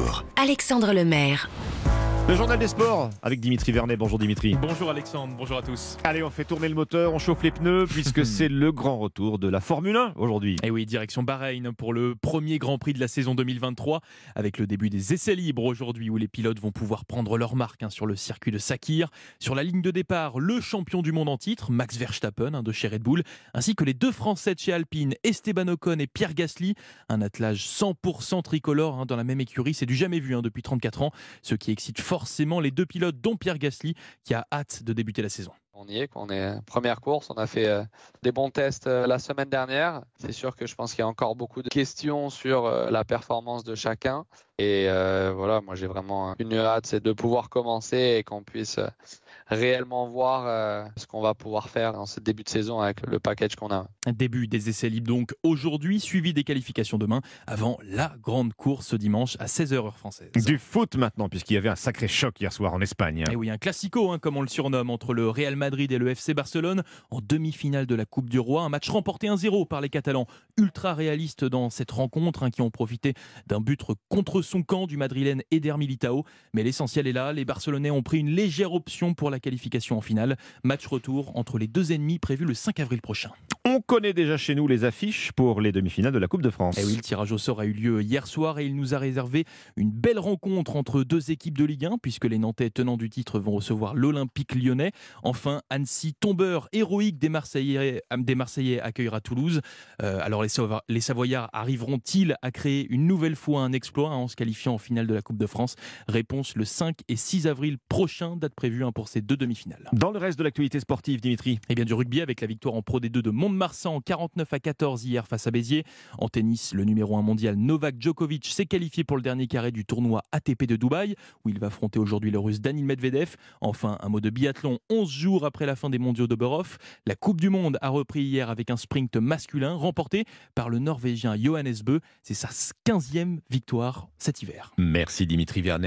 sport. Alexandre Lemaire. Le journal des sports avec Dimitri Vernet. Bonjour Dimitri. Bonjour Alexandre, bonjour à tous. Allez, on fait tourner le moteur, on chauffe les pneus puisque c'est le grand retour de la Formule 1 aujourd'hui. Et oui, direction Bahreïn pour le premier Grand Prix de la saison 2023 avec le début des essais libres aujourd'hui où les pilotes vont pouvoir prendre leur marque sur le circuit de Sakhir. Sur la ligne de départ, le champion du monde en titre, Max Verstappen de chez Red Bull, ainsi que les deux Français de chez Alpine, Esteban Ocon et Pierre Gasly. Un attelage 100% tricolore dans la même écurie, c'est du jamais vu depuis 34 ans, ce qui excite forcément les deux pilotes dont Pierre Gasly qui a hâte de débuter la saison. On y est, on est première course, on a fait des bons tests la semaine dernière. C'est sûr que je pense qu'il y a encore beaucoup de questions sur la performance de chacun. Et voilà, moi j'ai vraiment une hâte, c'est de pouvoir commencer et qu'on puisse réellement voir ce qu'on va pouvoir faire en ce début de saison avec le package qu'on a. Début des essais libres donc aujourd'hui, suivi des qualifications demain, avant la grande course ce dimanche à 16h heure française. Du foot maintenant, puisqu'il y avait un sacré choc hier soir en Espagne. Et oui, un classico, comme on le surnomme, entre le Real Madrid et le FC Barcelone en demi-finale de la Coupe du Roi. Un match remporté 1-0 par les Catalans, ultra réalistes dans cette rencontre, qui ont profité d'un but contre son camp du Madrilène Eder Militao. Mais l'essentiel est là, les Barcelonais ont pris une légère option pour la qualification en finale. Match retour entre les deux ennemis prévu le 5 avril prochain. On connaît déjà chez nous les affiches pour les demi-finales de la Coupe de France. Et oui, le tirage au sort a eu lieu hier soir et il nous a réservé une belle rencontre entre deux équipes de Ligue 1 puisque les Nantais tenants du titre vont recevoir l'Olympique Lyonnais. Enfin, Annecy, tombeur héroïque des Marseillais accueillera Toulouse. Alors les Savoyards arriveront-ils à créer une nouvelle fois un exploit en se qualifiant en finale de la Coupe de France? Réponse le 5 et 6 avril prochain, date prévue pour ces deux demi-finales. Dans le reste de l'actualité sportive, Dimitri. Et bien du rugby avec la victoire en Pro D2 de Mont-de-Marsan 49-14 hier face à Béziers. En tennis, le numéro 1 mondial Novak Djokovic s'est qualifié pour le dernier carré du tournoi ATP de Dubaï où il va affronter aujourd'hui le russe Danil Medvedev. Enfin, un mot de biathlon 11 jours après la fin des mondiaux d'Oberhof. La Coupe du Monde a repris hier avec un sprint masculin remporté par le Norvégien Johannes Bö. C'est sa 15e victoire cet hiver. Merci Dimitri Vernet.